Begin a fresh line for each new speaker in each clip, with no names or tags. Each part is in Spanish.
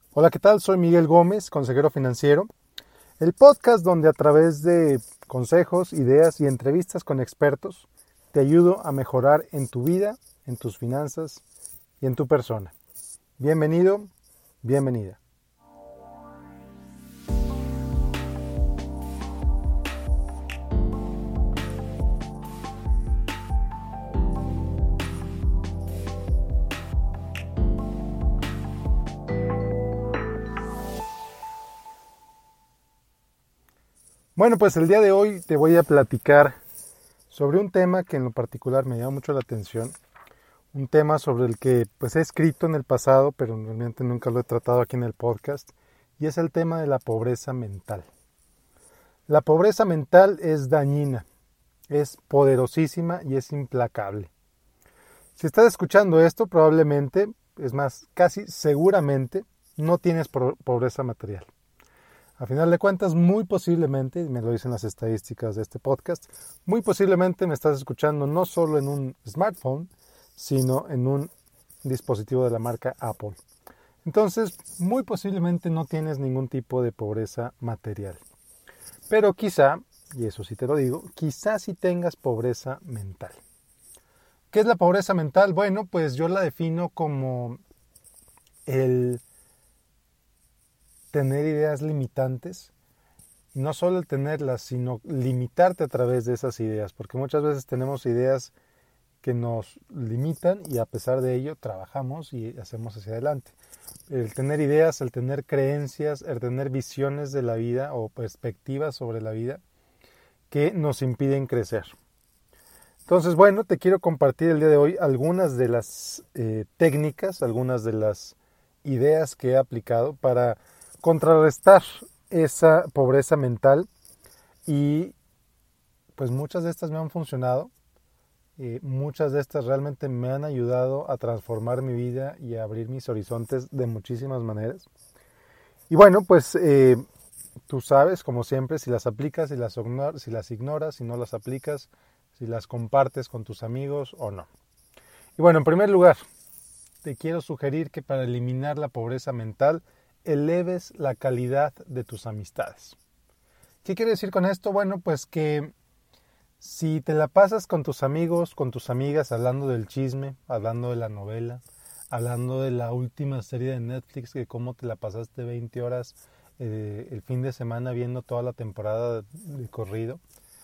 Hola, ¿qué tal? Soy Miguel Gómez, consejero financiero. El podcast donde a través de consejos, ideas y entrevistas con expertos te ayudo a mejorar en tu vida, en tus finanzas y en tu persona. Bienvenido, bienvenida. Bueno, pues el día de hoy te voy a platicar sobre un tema que en lo particular me llama mucho la atención. Un tema sobre el que pues he escrito en el pasado, pero realmente nunca lo he tratado aquí en el podcast, y es el tema de la pobreza mental. La pobreza mental es dañina, es poderosísima y es implacable. Si estás escuchando esto, probablemente, es más, casi seguramente, no tienes pobreza material. A final de cuentas, muy posiblemente, y me lo dicen las estadísticas de este podcast, muy posiblemente me estás escuchando no solo en un smartphone, sino en un dispositivo de la marca Apple. Entonces, muy posiblemente no tienes ningún tipo de pobreza material. Pero quizá, y eso sí te lo digo, quizá sí tengas pobreza mental. ¿Qué es la pobreza mental? Bueno, pues yo la defino como el tener ideas limitantes. Y no solo el tenerlas, sino limitarte a través de esas ideas. Porque muchas veces tenemos ideas que nos limitan y a pesar de ello trabajamos y hacemos hacia adelante. El tener ideas, el tener creencias, el tener visiones de la vida o perspectivas sobre la vida que nos impiden crecer. Entonces, bueno, te quiero compartir el día de hoy algunas de las técnicas, algunas de las ideas que he aplicado para contrarrestar esa pobreza mental y pues muchas de estas me han funcionado, muchas de estas realmente me han ayudado a transformar mi vida y a abrir mis horizontes de muchísimas maneras. Y bueno, pues tú sabes, como siempre, si las aplicas, si las ignoras, si no las aplicas, si las compartes con tus amigos o no. Y bueno, en primer lugar, te quiero sugerir que para eliminar la pobreza mental, eleves la calidad de tus amistades. ¿Qué quiero decir con esto? Bueno, pues que si te la pasas con tus amigos, con tus amigas, hablando del chisme, hablando de la novela, hablando de la última serie de Netflix, que cómo te la pasaste 20 horas el fin de semana viendo toda la temporada de corrido,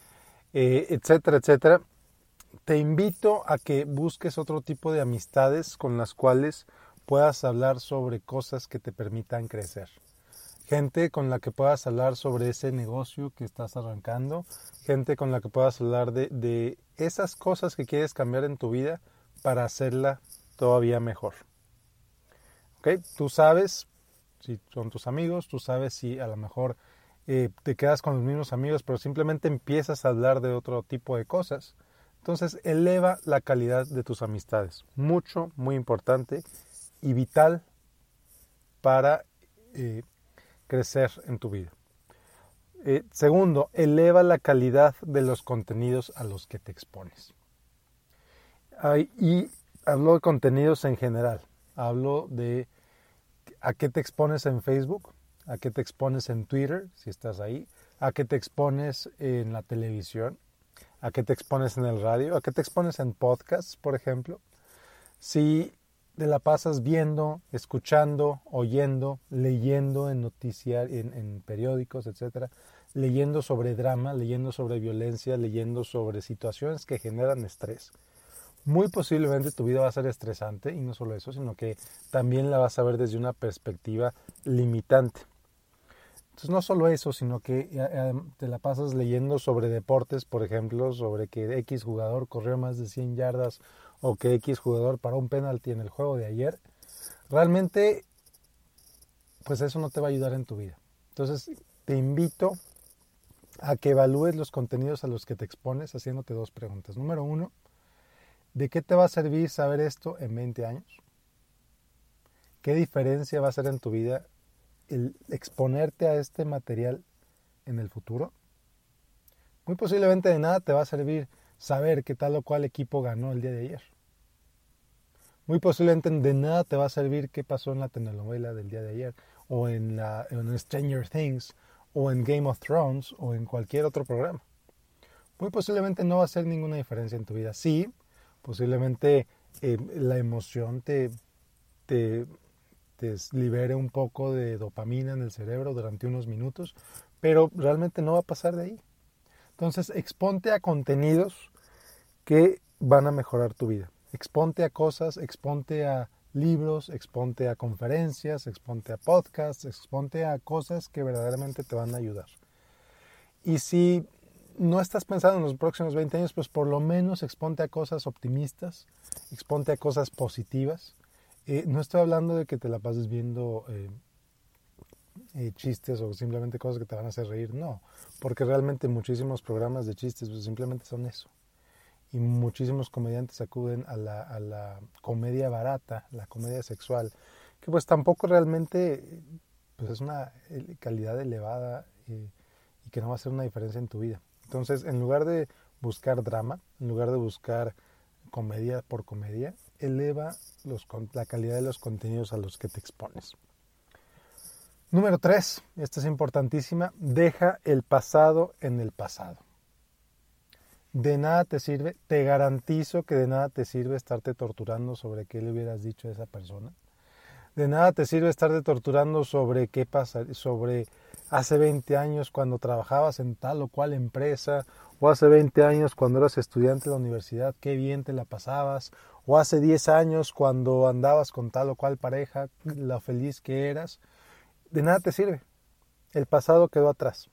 etcétera, etcétera, te invito a que busques otro tipo de amistades con las cuales puedas hablar sobre cosas que te permitan crecer. Gente con la que puedas hablar sobre ese negocio que estás arrancando, gente con la que puedas hablar de esas cosas que quieres cambiar en tu vida para hacerla todavía mejor. ¿Okay? Tú sabes si son tus amigos, tú sabes si a lo mejor te quedas con los mismos amigos, pero simplemente empiezas a hablar de otro tipo de cosas. Entonces eleva la calidad de tus amistades. Mucho, muy importante y vital para crecer en tu vida. Segundo, eleva la calidad de los contenidos a los que te expones. Y hablo de contenidos en general. Hablo de a qué te expones en Facebook, a qué te expones en Twitter, si estás ahí, a qué te expones en la televisión, a qué te expones en el radio, a qué te expones en podcasts, por ejemplo. Si te la pasas viendo, escuchando, oyendo, leyendo en noticias, en periódicos, etcétera, leyendo sobre drama, leyendo sobre violencia, leyendo sobre situaciones que generan estrés. Muy posiblemente tu vida va a ser estresante y no solo eso, sino que también la vas a ver desde una perspectiva limitante. Entonces no solo eso, sino que te la pasas leyendo sobre deportes, por ejemplo, sobre que X jugador corrió más de 100 yardas o que X jugador paró un penalti en el juego de ayer. Realmente, pues eso no te va a ayudar en tu vida. Entonces te invito a que evalúes los contenidos a los que te expones haciéndote dos preguntas. Número uno, ¿de qué te va a servir saber esto en 20 años? ¿Qué diferencia va a hacer en tu vida el exponerte a este material en el futuro? Muy posiblemente de nada te va a servir saber qué tal o cual equipo ganó el día de ayer. Muy posiblemente de nada te va a servir qué pasó en la telenovela del día de ayer, o en Stranger Things, o en Game of Thrones, o en cualquier otro programa. Muy posiblemente no va a hacer ninguna diferencia en tu vida. Sí, posiblemente la emoción te libere un poco de dopamina en el cerebro durante unos minutos, pero realmente no va a pasar de ahí. Entonces, exponte a contenidos que van a mejorar tu vida. Exponte a cosas, exponte a libros, exponte a conferencias, exponte a podcasts, exponte a cosas que verdaderamente te van a ayudar. Y si no estás pensando en los próximos 20 años, pues por lo menos exponte a cosas optimistas, exponte a cosas positivas. No estoy hablando de que te la pases viendo chistes o simplemente cosas que te van a hacer reír, no, porque realmente muchísimos programas de chistes pues simplemente son eso. Y muchísimos comediantes acuden a la comedia barata, la comedia sexual, que pues tampoco realmente pues es una calidad elevada y que no va a hacer una diferencia en tu vida. Entonces, en lugar de buscar drama, en lugar de buscar comedia por comedia, eleva la calidad de los contenidos a los que te expones. Número 3, esta es importantísima, deja el pasado en el pasado. De nada te sirve, te garantizo que de nada te sirve estarte torturando sobre qué le hubieras dicho a esa persona. De nada te sirve estarte torturando sobre qué pasa, sobre hace 20 años cuando trabajabas en tal o cual empresa, o hace 20 años cuando eras estudiante de la universidad, qué bien te la pasabas, o hace 10 años cuando andabas con tal o cual pareja, lo feliz que eras. De nada te sirve. El pasado quedó atrás.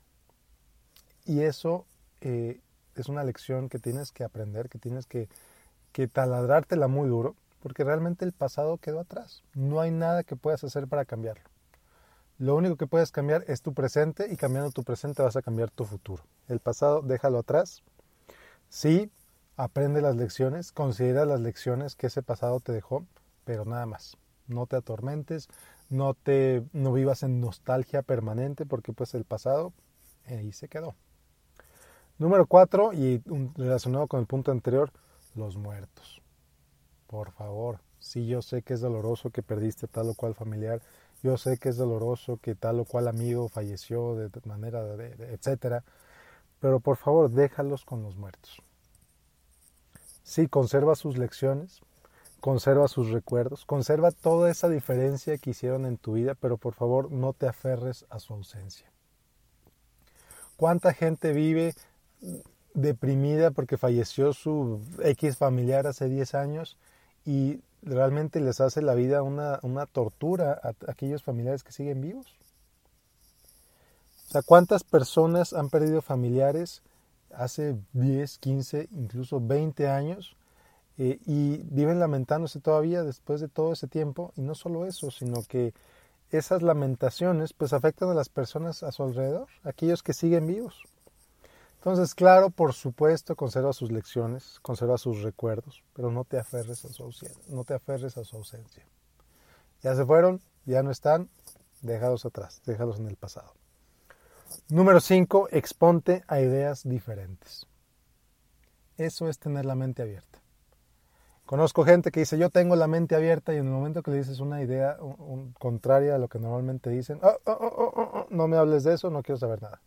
Y eso es una lección que tienes que aprender, que tienes que taladrártela muy duro, porque realmente el pasado quedó atrás. No hay nada que puedas hacer para cambiarlo. Lo único que puedes cambiar es tu presente y cambiando tu presente vas a cambiar tu futuro. El pasado déjalo atrás. Sí, aprende las lecciones, considera las lecciones que ese pasado te dejó, pero nada más. No te atormentes, no vivas en nostalgia permanente porque pues el pasado ahí se quedó. Número 4, y relacionado con el punto anterior, los muertos. Por favor, sí, yo sé que es doloroso que perdiste tal o cual familiar, yo sé que es doloroso que tal o cual amigo falleció de manera, etcétera, pero por favor, déjalos con los muertos. Sí, conserva sus lecciones, conserva sus recuerdos, conserva toda esa diferencia que hicieron en tu vida, pero por favor, no te aferres a su ausencia. ¿Cuánta gente vive deprimida porque falleció su X familiar hace 10 años y realmente les hace la vida una tortura a aquellos familiares que siguen vivos? O sea, ¿cuántas personas han perdido familiares hace 10, 15, incluso 20 años y viven lamentándose todavía después de todo ese tiempo? Y no solo eso, sino que esas lamentaciones pues afectan a las personas a su alrededor, aquellos que siguen vivos. Entonces, claro, por supuesto, conserva sus lecciones, conserva sus recuerdos, pero no te aferres a su ausencia, no te aferres a su ausencia. Ya se fueron, ya no están, déjalos atrás, déjalos en el pasado. Número 5, exponte a ideas diferentes. Eso es tener la mente abierta. Conozco gente que dice, yo tengo la mente abierta, y en el momento que le dices una idea contraria a lo que normalmente dicen, no me hables de eso, no quiero saber nada.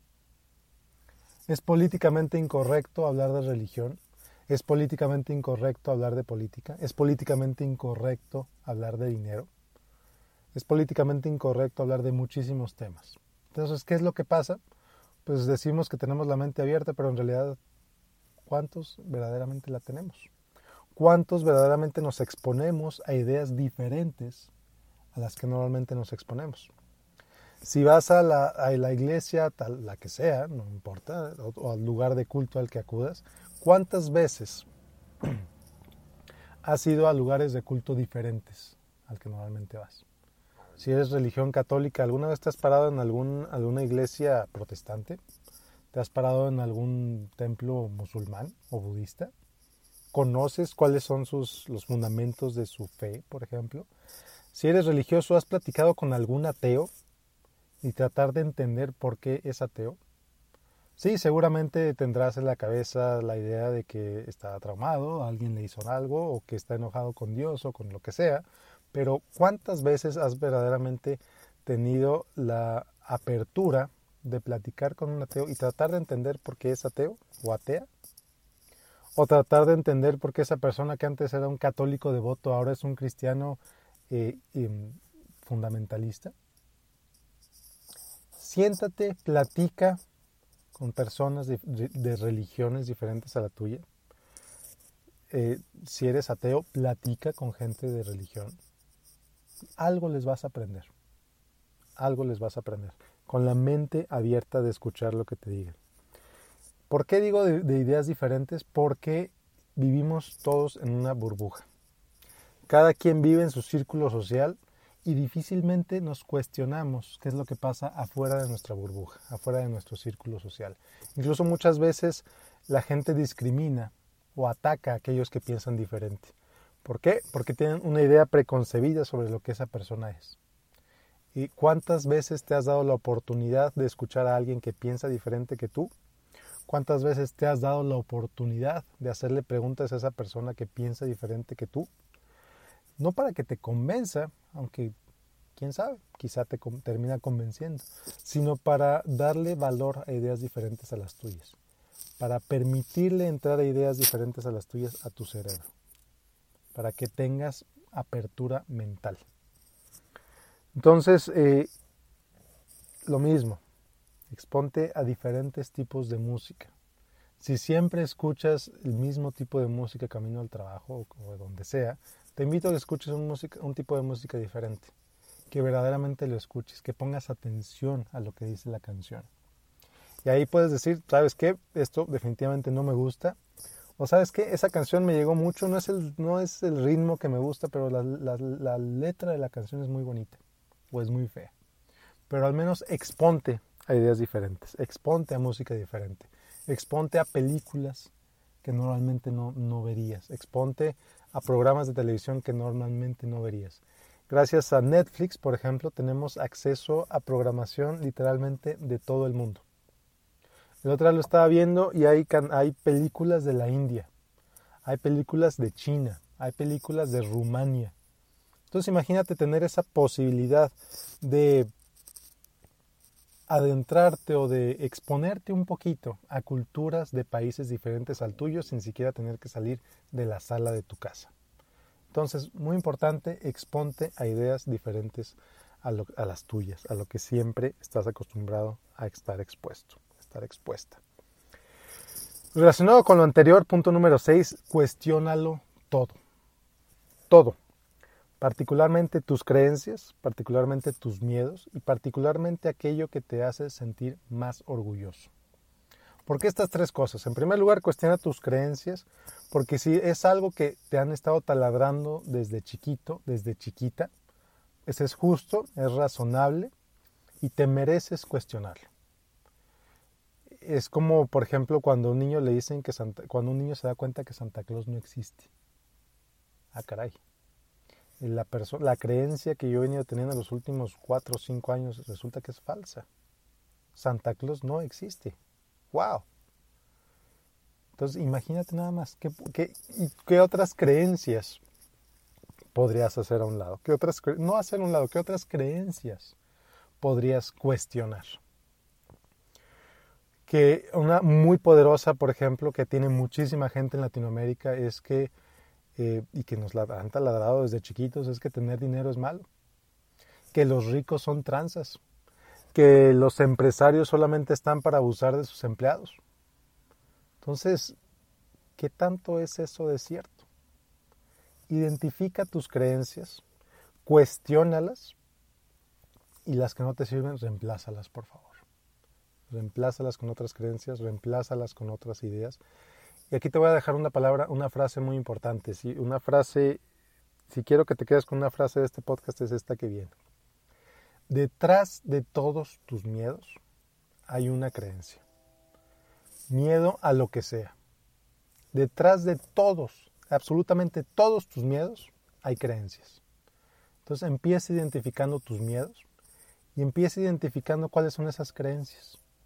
Es políticamente incorrecto hablar de religión, es políticamente incorrecto hablar de política, es políticamente incorrecto hablar de dinero, es políticamente incorrecto hablar de muchísimos temas. Entonces, ¿qué es lo que pasa? Pues decimos que tenemos la mente abierta, pero en realidad, ¿cuántos verdaderamente la tenemos? ¿Cuántos verdaderamente nos exponemos a ideas diferentes a las que normalmente nos exponemos? Si vas a la iglesia, tal, la que sea, no importa, o al lugar de culto al que acudas, ¿cuántas veces has ido a lugares de culto diferentes al que normalmente vas? Si eres religión católica, ¿alguna vez te has parado en alguna iglesia protestante? ¿Te has parado en algún templo musulmán o budista? ¿Conoces cuáles son los fundamentos de su fe, por ejemplo? Si eres religioso, ¿has platicado con algún ateo y tratar de entender por qué es ateo? Sí, seguramente tendrás en la cabeza la idea de que está traumado, alguien le hizo algo o que está enojado con Dios o con lo que sea, pero ¿cuántas veces has verdaderamente tenido la apertura de platicar con un ateo y tratar de entender por qué es ateo o atea? O tratar de entender por qué esa persona que antes era un católico devoto ahora es un cristiano fundamentalista. Siéntate, platica con personas de religiones diferentes a la tuya. Si eres ateo, platica con gente de religión. Algo les vas a aprender. Algo les vas a aprender. Con la mente abierta de escuchar lo que te digan. ¿Por qué digo de ideas diferentes? Porque vivimos todos en una burbuja. Cada quien vive en su círculo social y difícilmente nos cuestionamos qué es lo que pasa afuera de nuestra burbuja, afuera de nuestro círculo social. Incluso muchas veces la gente discrimina o ataca a aquellos que piensan diferente. ¿Por qué? Porque tienen una idea preconcebida sobre lo que esa persona es. ¿Y cuántas veces te has dado la oportunidad de escuchar a alguien que piensa diferente que tú? ¿Cuántas veces te has dado la oportunidad de hacerle preguntas a esa persona que piensa diferente que tú? No para que te convenza, aunque quién sabe, quizá te termina convenciendo, sino para darle valor a ideas diferentes a las tuyas, para permitirle entrar a ideas diferentes a las tuyas a tu cerebro, para que tengas apertura mental. Entonces, lo mismo, exponte a diferentes tipos de música. Si siempre escuchas el mismo tipo de música camino al trabajo o donde sea, te invito a que escuches un tipo de música diferente, que verdaderamente lo escuches, que pongas atención a lo que dice la canción. Y ahí puedes decir, ¿sabes qué? Esto definitivamente no me gusta. O ¿sabes qué? Esa canción me llegó mucho, no es el ritmo que me gusta, pero la letra de la canción es muy bonita o es muy fea. Pero al menos exponte a ideas diferentes, exponte a música diferente, exponte a películas que normalmente no verías, exponte a programas de televisión que normalmente no verías. Gracias a Netflix, por ejemplo, tenemos acceso a programación literalmente de todo el mundo. El otro día lo estaba viendo y hay películas de la India, hay películas de China, hay películas de Rumania. Entonces imagínate tener esa posibilidad de adentrarte o de exponerte un poquito a culturas de países diferentes al tuyo sin siquiera tener que salir de la sala de tu casa. Entonces, muy importante, exponte a ideas diferentes a las tuyas, a lo que siempre estás acostumbrado a estar expuesto, a estar expuesta. Relacionado con lo anterior, punto número 6, cuestiónalo todo. Todo. Particularmente tus creencias, particularmente tus miedos y particularmente aquello que te hace sentir más orgulloso. ¿Por qué estas tres cosas? En primer lugar, cuestiona tus creencias, porque si es algo que te han estado taladrando desde chiquito, desde chiquita, ese es justo, es razonable y te mereces cuestionarlo. Es como, por ejemplo, cuando a un niño le dicen que cuando un niño se da cuenta que Santa Claus no existe. Ah, caray. La creencia que yo he venido teniendo en los últimos 4 o 5 años resulta que es falsa. Santa Claus no existe. ¡Wow! Entonces, imagínate nada más, ¿qué otras creencias podrías hacer a un lado? No hacer a un lado, ¿qué otras creencias podrías cuestionar? Que una muy poderosa, por ejemplo, que tiene muchísima gente en Latinoamérica es que, y que nos la han taladrado desde chiquitos, es que tener dinero es malo. Que los ricos son tranzas. Que los empresarios solamente están para abusar de sus empleados. Entonces, ¿qué tanto es eso de cierto? Identifica tus creencias, cuestiónalas y las que no te sirven, reemplázalas, por favor. Reemplázalas con otras creencias, reemplázalas con otras ideas. Y aquí te voy a dejar una frase muy importante. ¿Sí? Una frase, si quiero que te quedes con una frase de este podcast, es esta que viene. Detrás de todos tus miedos hay una creencia. Miedo a lo que sea. Detrás de todos, absolutamente todos tus miedos, hay creencias. Entonces empieza identificando tus miedos y empieza identificando cuáles son esas creencias.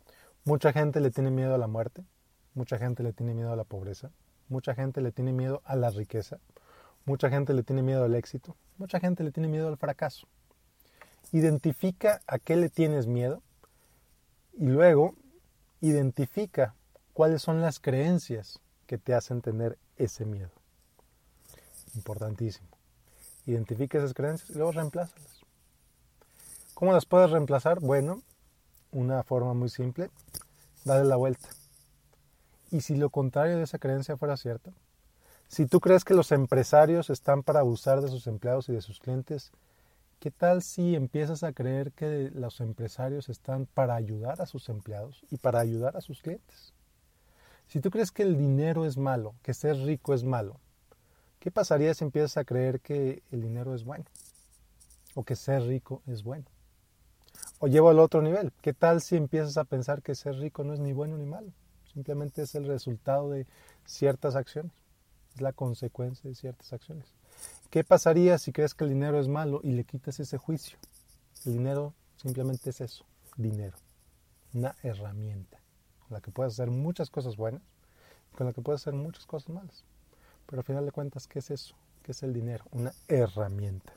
Mucha gente le tiene miedo a la muerte, mucha gente le tiene miedo a la pobreza, mucha gente le tiene miedo a la riqueza, mucha gente le tiene miedo al éxito, mucha gente le tiene miedo al fracaso. Identifica a qué le tienes miedo y luego identifica cuáles son las creencias que te hacen tener ese miedo. Importantísimo. Identifica esas creencias y luego reemplázalas. ¿Cómo las puedes reemplazar? Bueno, una forma muy simple, dale la vuelta. Y si lo contrario de esa creencia fuera cierto, si tú crees que los empresarios están para abusar de sus empleados y de sus clientes, ¿qué tal si empiezas a creer que los empresarios están para ayudar a sus empleados y para ayudar a sus clientes? Si tú crees que el dinero es malo, que ser rico es malo, ¿qué pasaría si empiezas a creer que el dinero es bueno? O que ser rico es bueno. O llevo al otro nivel. ¿Qué tal si empiezas a pensar que ser rico no es ni bueno ni malo? Simplemente es el resultado de ciertas acciones. Es la consecuencia de ciertas acciones. ¿Qué pasaría si crees que el dinero es malo y le quitas ese juicio? El dinero simplemente es eso, dinero. Una herramienta con la que puedes hacer muchas cosas buenas y con la que puedes hacer muchas cosas malas. Pero al final de cuentas, ¿qué es eso? ¿Qué es el dinero? Una herramienta.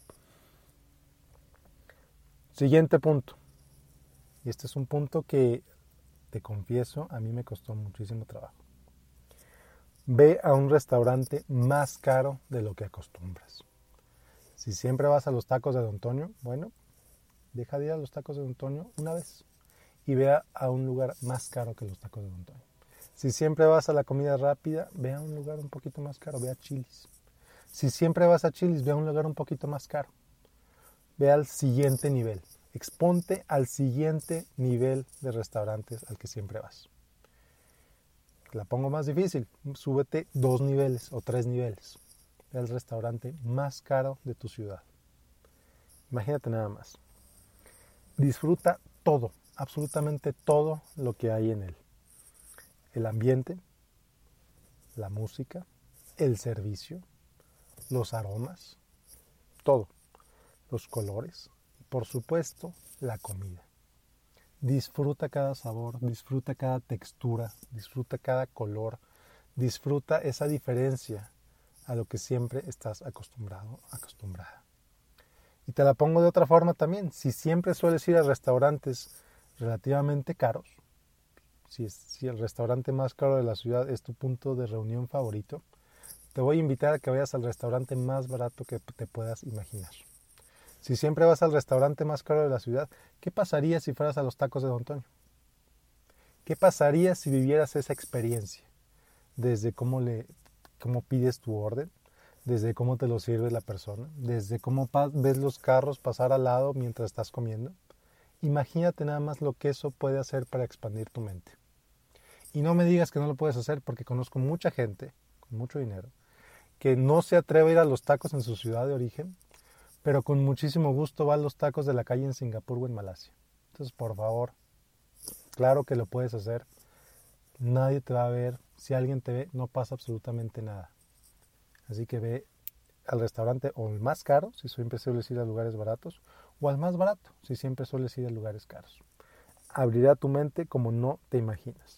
Siguiente punto. Y este es un punto que, te confieso, a mí me costó muchísimo trabajo. Ve a un restaurante más caro de lo que acostumbras. Si siempre vas a los tacos de Don Toño, bueno, deja de ir a los tacos de Don Toño una vez y ve a un lugar más caro que los tacos de Don Toño. Si siempre vas a la comida rápida, ve a un lugar un poquito más caro, ve a Chili's. Si siempre vas a Chili's, ve a un lugar un poquito más caro. Ve al siguiente nivel. Exponte al siguiente nivel de restaurantes al que siempre vas. La pongo más difícil. Súbete 2 niveles o 3 niveles. Ve al restaurante más caro de tu ciudad. Imagínate nada más. Disfruta todo, absolutamente todo lo que hay en él. El ambiente, la música, el servicio, los aromas, todo. Los colores, por supuesto, la comida. Disfruta cada sabor, disfruta cada textura, disfruta cada color, disfruta esa diferencia a lo que siempre estás acostumbrado, acostumbrada. Y te la pongo de otra forma también. Si siempre sueles ir a restaurantes relativamente caros, si el restaurante más caro de la ciudad es tu punto de reunión favorito, te voy a invitar a que vayas al restaurante más barato que te puedas imaginar. Si siempre vas al restaurante más caro de la ciudad, ¿qué pasaría si fueras a los tacos de Don Toño? ¿Qué pasaría si vivieras esa experiencia? Desde cómo pides tu orden, desde cómo te lo sirve la persona, desde cómo ves los carros pasar al lado mientras estás comiendo. Imagínate nada más lo que eso puede hacer para expandir tu mente. Y no me digas que no lo puedes hacer, porque conozco mucha gente con mucho dinero que no se atreve a ir a los tacos en su ciudad de origen, pero con muchísimo gusto va a los tacos de la calle en Singapur o en Malasia. Entonces, por favor, claro que lo puedes hacer. Nadie te va a ver. Si alguien te ve, no pasa absolutamente nada. Así que ve al restaurante o el más caro, si siempre sueles ir a lugares baratos, o al más barato, si siempre sueles ir a lugares caros. Abrirá tu mente como no te imaginas.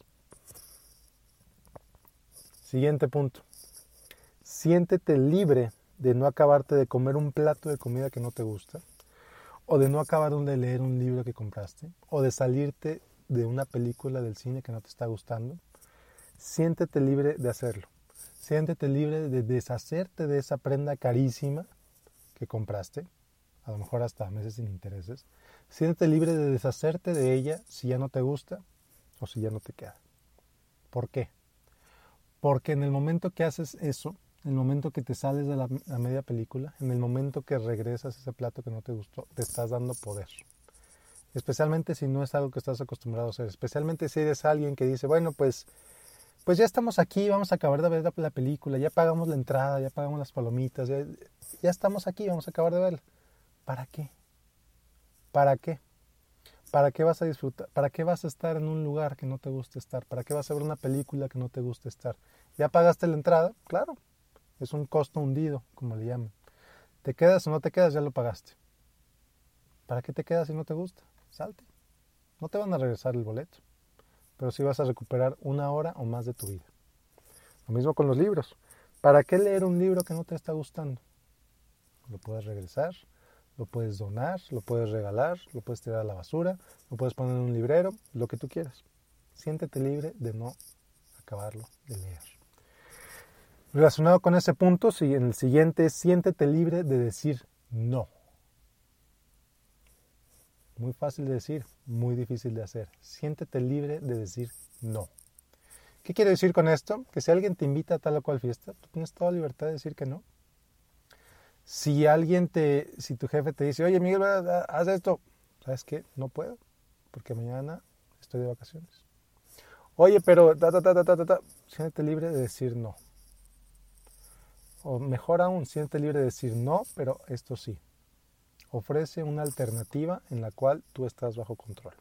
Siguiente punto. Siéntete libre de no acabarte de comer un plato de comida que no te gusta, o de no acabar de leer un libro que compraste, o de salirte de una película del cine que no te está gustando. Siéntete libre de hacerlo. Siéntete libre de deshacerte de esa prenda carísima que compraste, a lo mejor hasta meses sin intereses. Siéntete libre de deshacerte de ella si ya no te gusta o si ya no te queda. ¿Por qué? Porque en el momento que haces eso, en el momento que te sales de la media película, en el momento que regresas a ese plato que no te gustó, te estás dando poder. Especialmente si no es algo que estás acostumbrado a hacer. Especialmente si eres alguien que dice, bueno, pues ya estamos aquí, vamos a acabar de ver la película, ya pagamos la entrada, ya pagamos las palomitas, ya estamos aquí, vamos a acabar de verla. ¿Para qué? ¿Para qué? ¿Para qué vas a disfrutar? ¿Para qué vas a estar en un lugar que no te guste estar? ¿Para qué vas a ver una película que no te guste estar? ¿Ya pagaste la entrada? Claro. Es un costo hundido, como le llaman. ¿Te quedas o no te quedas? Ya lo pagaste. ¿Para qué te quedas si no te gusta? Salte. No te van a regresar el boleto. pero sí vas a recuperar 1 hora o más de tu vida. Lo mismo con los libros. ¿Para qué leer un libro que no te está gustando? Lo puedes regresar, lo puedes donar, lo puedes regalar, lo puedes tirar a la basura, lo puedes poner en un librero, lo que tú quieras. Siéntete libre de no acabarlo de leer. Relacionado con ese punto, en el siguiente es siéntete libre de decir no. Muy fácil de decir, muy difícil de hacer. Siéntete libre de decir no. ¿Qué quiero decir con esto? Que si alguien te invita a tal o cual fiesta, tú tienes toda libertad de decir que no. Si tu jefe te dice, oye Miguel, haz esto, ¿sabes qué? No puedo, porque mañana estoy de vacaciones. Oye, pero siéntete libre de decir no. O mejor aún, siéntete libre de decir no, pero esto sí. Ofrece una alternativa en la cual tú estás bajo control.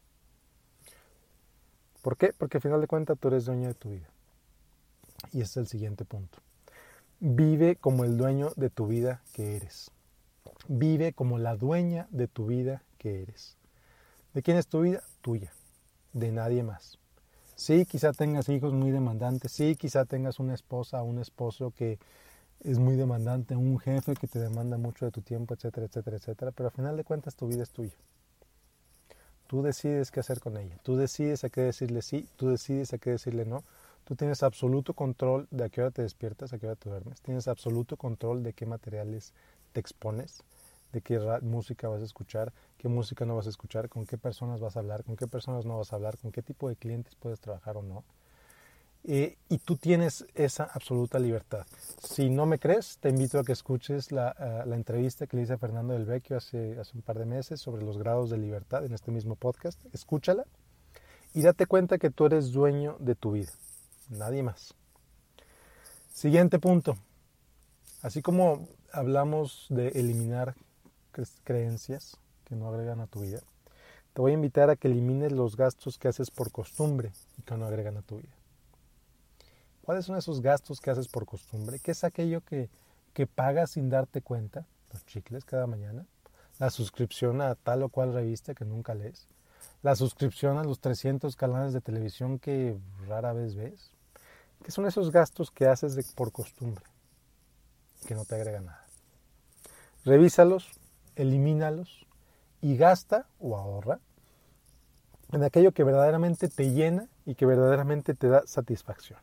¿Por qué? Porque al final de cuentas tú eres dueño de tu vida. Y ese es el siguiente punto. Vive como el dueño de tu vida que eres. Vive como la dueña de tu vida que eres. ¿De quién es tu vida? Tuya. De nadie más. Sí, quizá tengas hijos muy demandantes. Sí, quizá tengas una esposa o un esposo que es muy demandante, un jefe que te demanda mucho de tu tiempo, etcétera, etcétera, etcétera. Pero al final de cuentas tu vida es tuya. Tú decides qué hacer con ella. Tú decides a qué decirle sí. Tú decides a qué decirle no. Tú tienes absoluto control de a qué hora te despiertas, a qué hora te duermes. Tienes absoluto control de qué materiales te expones, de qué música vas a escuchar, qué música no vas a escuchar, con qué personas vas a hablar, con qué personas no vas a hablar, con qué tipo de clientes puedes trabajar o no. Y tú tienes esa absoluta libertad. Si no me crees, te invito a que escuches la entrevista que le hice a Fernando del Vecchio hace un par de meses sobre los grados de libertad en este mismo podcast. Escúchala y date cuenta que tú eres dueño de tu vida. Nadie más. Siguiente punto. Así como hablamos de eliminar creencias que no agregan a tu vida, te voy a invitar a que elimines los gastos que haces por costumbre y que no agregan a tu vida. ¿Cuáles son esos gastos que haces por costumbre? ¿Qué es aquello que pagas sin darte cuenta? Los chicles cada mañana, la suscripción a tal o cual revista que nunca lees, la suscripción a los 300 canales de televisión que rara vez ves. ¿Qué son esos gastos que haces por costumbre? Que no te agregan nada. Revísalos, elimínalos y gasta o ahorra en aquello que verdaderamente te llena y que verdaderamente te da satisfacción.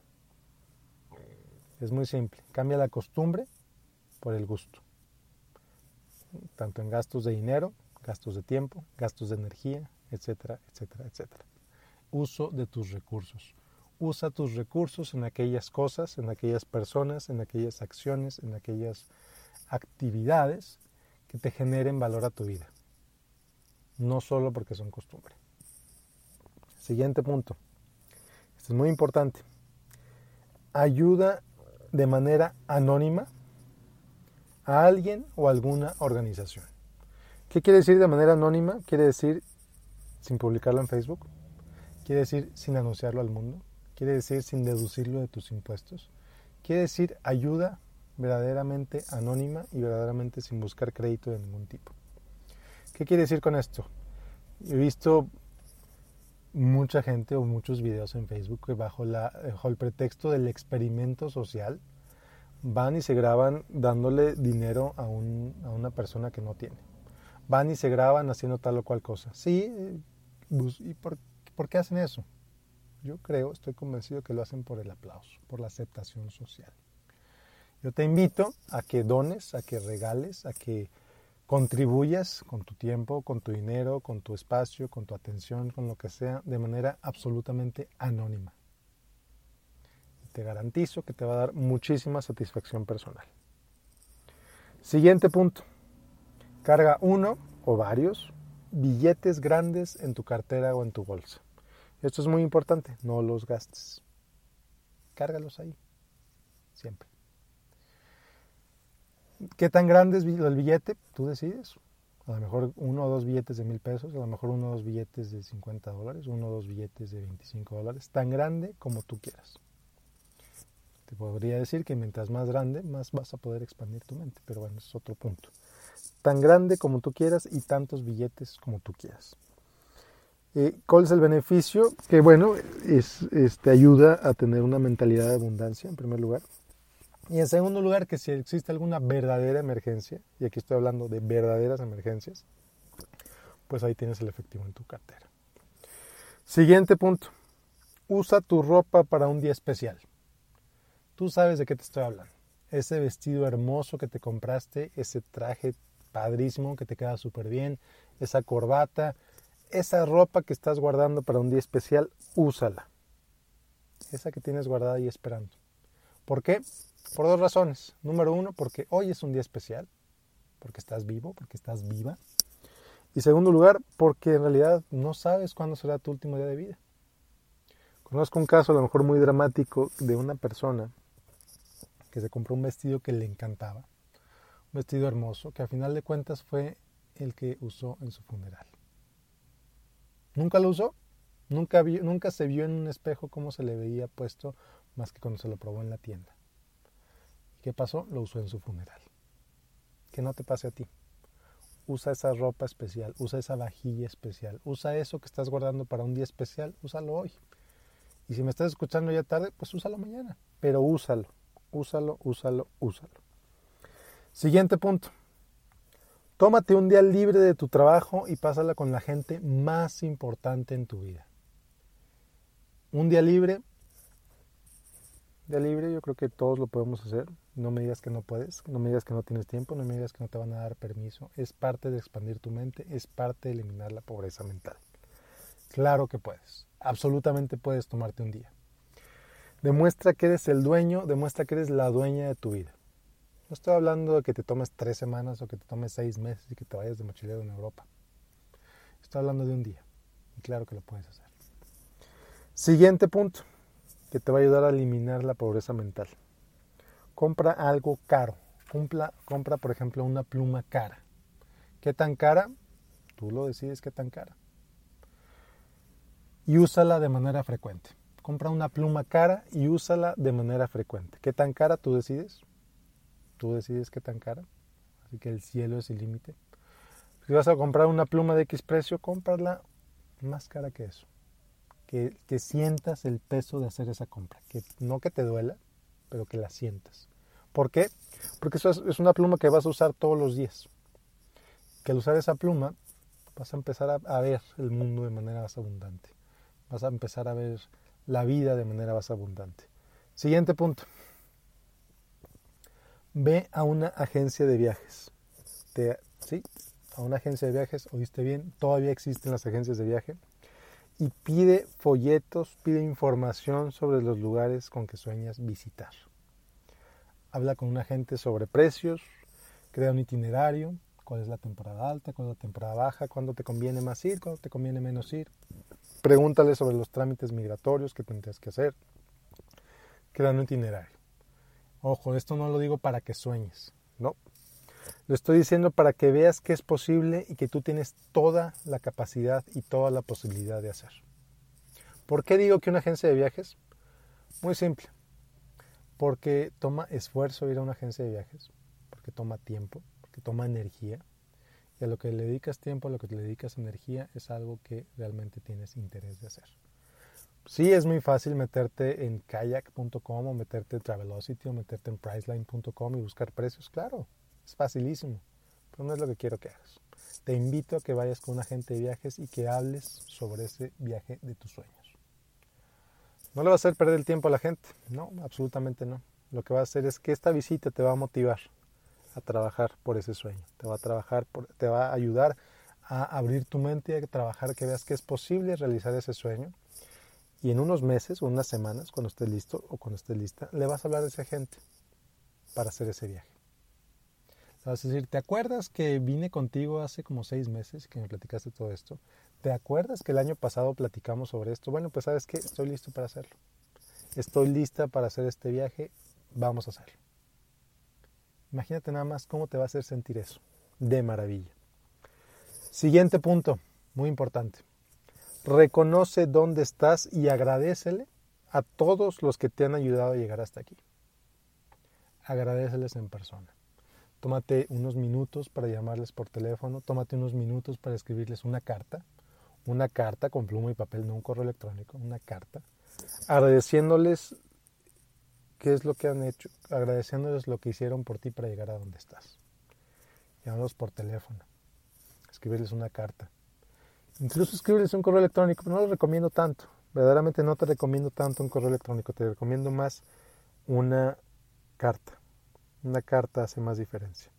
Es muy simple. Cambia la costumbre por el gusto. Tanto en gastos de dinero, gastos de tiempo, gastos de energía, etcétera, etcétera, etcétera. Uso de tus recursos. Usa tus recursos en aquellas cosas, en aquellas personas, en aquellas acciones, en aquellas actividades que te generen valor a tu vida. No solo porque son costumbre. Siguiente punto. Esto es muy importante. Ayuda de manera anónima a alguien o alguna organización. ¿Qué quiere decir de manera anónima? Quiere decir sin publicarlo en Facebook. Quiere decir sin anunciarlo al mundo. Quiere decir sin deducirlo de tus impuestos. Quiere decir ayuda verdaderamente anónima y verdaderamente sin buscar crédito de ningún tipo. ¿Qué quiere decir con esto? He visto mucha gente o muchos videos en Facebook que bajo el pretexto del experimento social van y se graban dándole dinero a una persona que no tiene. Van y se graban haciendo tal o cual cosa. Sí, ¿y por qué hacen eso? Yo estoy convencido que lo hacen por el aplauso, por la aceptación social. Yo te invito a que dones, a que regales, a que contribuyas con tu tiempo, con tu dinero, con tu espacio, con tu atención, con lo que sea, de manera absolutamente anónima. Te garantizo que te va a dar muchísima satisfacción personal. Siguiente punto. Carga uno o varios billetes grandes en tu cartera o en tu bolsa. Esto es muy importante, no los gastes. Cárgalos ahí, siempre. ¿Qué tan grande es el billete? Tú decides. A lo mejor 1 o 2 billetes de 1,000 pesos, a lo mejor 1 o 2 billetes de $50, 1 o 2 billetes de $25, tan grande como tú quieras. Te podría decir que mientras más grande, más vas a poder expandir tu mente, pero bueno, ese es otro punto. Tan grande como tú quieras y tantos billetes como tú quieras. ¿Cuál es el beneficio? Que bueno, te ayuda a tener una mentalidad de abundancia en primer lugar. Y en segundo lugar, que si existe alguna verdadera emergencia, y aquí estoy hablando de verdaderas emergencias, pues ahí tienes el efectivo en tu cartera. Siguiente punto. Usa tu ropa para un día especial. Tú sabes de qué te estoy hablando. Ese vestido hermoso que te compraste, ese traje padrísimo que te queda súper bien, esa corbata, esa ropa que estás guardando para un día especial, úsala. Esa que tienes guardada y esperando. ¿Por qué? Por dos razones. Número uno, porque hoy es un día especial, porque estás vivo, porque estás viva. Y segundo lugar, porque en realidad no sabes cuándo será tu último día de vida. Conozco un caso a lo mejor muy dramático de una persona que se compró un vestido que le encantaba, un vestido hermoso, que a final de cuentas fue el que usó en su funeral. ¿Nunca lo usó? Nunca se vio en un espejo cómo se le veía puesto más que cuando se lo probó en la tienda. ¿Y qué pasó? Lo usó en su funeral. Que no te pase a ti. Usa esa ropa especial, usa esa vajilla especial, usa eso que estás guardando para un día especial, úsalo hoy. Y si me estás escuchando ya tarde, pues úsalo mañana. Pero úsalo, úsalo, úsalo, úsalo. Siguiente punto. Tómate un día libre de tu trabajo y pásala con la gente más importante en tu vida. Un día libre yo creo que todos lo podemos hacer. No me digas que no puedes, no me digas que no tienes tiempo, no me digas que no te van a dar permiso. Es parte de expandir tu mente, es parte de eliminar la pobreza mental. Claro que puedes, absolutamente puedes tomarte un día. Demuestra que eres el dueño, demuestra que eres la dueña de tu vida. No estoy hablando de que te tomes 3 semanas o que te tomes 6 meses y que te vayas de mochilero en Europa. Estoy hablando de un día. Y claro que lo puedes hacer. Siguiente punto, que te va a ayudar a eliminar la pobreza mental. Compra algo caro. Compra, por ejemplo, una pluma cara. ¿Qué tan cara? Tú lo decides qué tan cara. Y úsala de manera frecuente. Compra una pluma cara y úsala de manera frecuente. ¿Qué tan cara? Tú decides. Tú decides qué tan cara. Así que el cielo es el límite. Si vas a comprar una pluma de X precio, cómprala más cara que eso. Que sientas el peso de hacer esa compra. Que no que te duela, pero que la sientas. ¿Por qué? Porque eso es una pluma que vas a usar todos los días. Que al usar esa pluma vas a empezar a ver el mundo de manera más abundante. Vas a empezar a ver la vida de manera más abundante. Siguiente punto. Ve a una agencia de viajes. ¿Sí? A una agencia de viajes, oíste bien, todavía existen las agencias de viaje. Y pide folletos, pide información sobre los lugares con que sueñas visitar. Habla con un agente sobre precios, crea un itinerario, cuál es la temporada alta, cuál es la temporada baja, cuándo te conviene más ir, cuándo te conviene menos ir. Pregúntale sobre los trámites migratorios que tendrías que hacer. Crea un itinerario. Ojo, esto no lo digo para que sueñes, no. Lo estoy diciendo para que veas que es posible y que tú tienes toda la capacidad y toda la posibilidad de hacer. ¿Por qué digo que una agencia de viajes? Muy simple. Porque toma esfuerzo ir a una agencia de viajes, porque toma tiempo, porque toma energía. Y a lo que le dedicas tiempo, a lo que le dedicas energía, es algo que realmente tienes interés de hacer. Sí, es muy fácil meterte en kayak.com o meterte en Travelocity o meterte en Priceline.com y buscar precios. Claro, es facilísimo, pero no es lo que quiero que hagas. Te invito a que vayas con un agente de viajes y que hables sobre ese viaje de tus sueños. No le va a hacer perder el tiempo a la gente, no, absolutamente no. Lo que va a hacer es que esta visita te va a motivar a trabajar por ese sueño. Te va a ayudar a abrir tu mente y a trabajar, que veas que es posible realizar ese sueño. Y en unos meses o unas semanas, cuando estés listo o cuando estés lista, le vas a hablar a esa gente para hacer ese viaje. Le vas a decir, ¿te acuerdas que vine contigo hace como 6 meses que me platicaste todo esto? ¿Te acuerdas que el año pasado platicamos sobre esto? Bueno, pues sabes que estoy listo para hacerlo. Estoy lista para hacer este viaje, vamos a hacerlo. Imagínate nada más cómo te va a hacer sentir eso. De maravilla. Siguiente punto, muy importante. Reconoce dónde estás y agradécele a todos los que te han ayudado a llegar hasta aquí. Agradéceles en persona. Tómate unos minutos para llamarles por teléfono, tómate unos minutos para escribirles una carta, una carta con pluma y papel, no un correo electrónico, una carta, agradeciéndoles qué es lo que han hecho, agradeciéndoles lo que hicieron por ti para llegar a donde estás. Llámalos por teléfono, escribirles una carta, incluso escribirles un correo electrónico, pero no lo recomiendo tanto. Verdaderamente no te recomiendo tanto un correo electrónico, te recomiendo más una carta. Una carta hace más diferencia.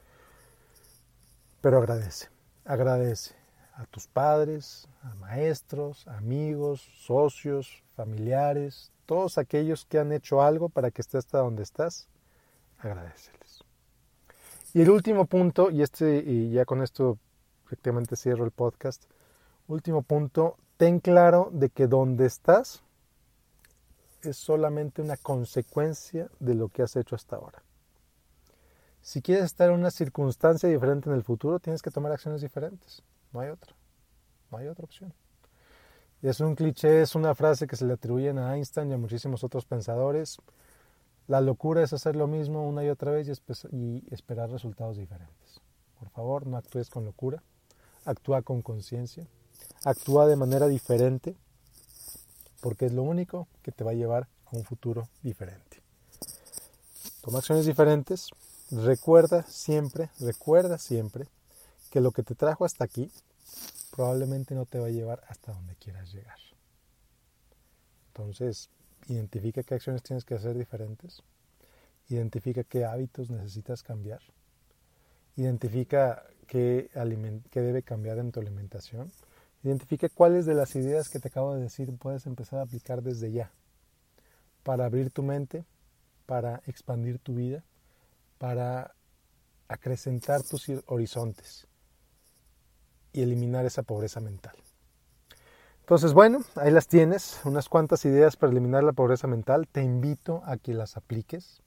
Pero agradece a tus padres, a maestros, amigos, socios, familiares, todos aquellos que han hecho algo para que estés hasta donde estás, agradéceles. Y el último punto, y ya con esto prácticamente cierro el podcast, último punto, ten claro de que donde estás es solamente una consecuencia de lo que has hecho hasta ahora. Si quieres estar en una circunstancia diferente en el futuro, tienes que tomar acciones diferentes. No hay otra opción. Y es un cliché, es una frase que se le atribuyen a Einstein y a muchísimos otros pensadores. La locura es hacer lo mismo una y otra vez y esperar resultados diferentes. Por favor, no actúes con locura. Actúa con conciencia. Actúa de manera diferente, porque es lo único que te va a llevar a un futuro diferente. Toma acciones diferentes. Recuerda siempre que lo que te trajo hasta aquí probablemente no te va a llevar hasta donde quieras llegar. Entonces, identifica qué acciones tienes que hacer diferentes. Identifica qué hábitos necesitas cambiar. Identifica qué debe cambiar en tu alimentación. Identifica cuáles de las ideas que te acabo de decir puedes empezar a aplicar desde ya para abrir tu mente, para expandir tu vida, para acrecentar tus horizontes y eliminar esa pobreza mental. Entonces, bueno, ahí las tienes, unas cuantas ideas para eliminar la pobreza mental. Te invito a que las apliques.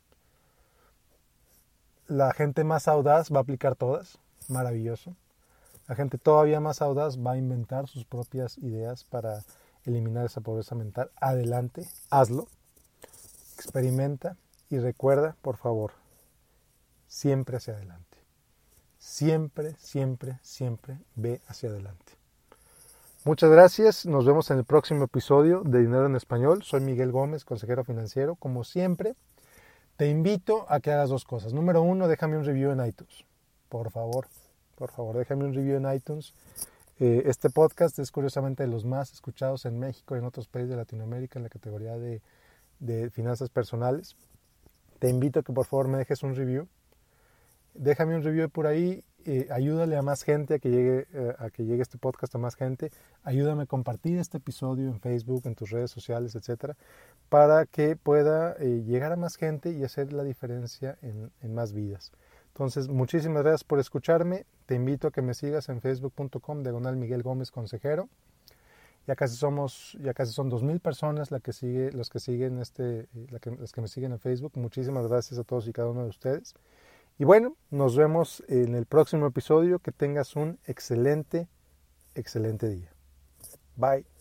La gente más audaz va a aplicar todas, maravilloso. La gente todavía más audaz va a inventar sus propias ideas para eliminar esa pobreza mental. Adelante, hazlo, experimenta y recuerda, por favor, siempre hacia adelante. Siempre ve hacia adelante. Muchas gracias, nos vemos en el próximo episodio de Dinero en Español. Soy Miguel Gómez, consejero financiero. Como siempre, te invito a que hagas dos cosas. Número 1, déjame un review en iTunes. Por favor, déjame un review en iTunes. Este podcast es curiosamente de los más escuchados en México y en otros países de Latinoamérica en la categoría de finanzas personales. Te invito a que por favor me dejes un review. Déjame un review por ahí, ayúdale a más gente a que llegue este podcast a más gente. Ayúdame a compartir este episodio en Facebook, en tus redes sociales, etcétera, para que pueda llegar a más gente y hacer la diferencia en más vidas. Entonces, muchísimas gracias por escucharme. Te invito a que me sigas en facebook.com/Miguel Gómez Consejero. Ya casi son 2,000 personas las que me siguen en Facebook. Muchísimas gracias a todos y cada uno de ustedes. Y bueno, nos vemos en el próximo episodio. Que tengas un excelente día. Bye.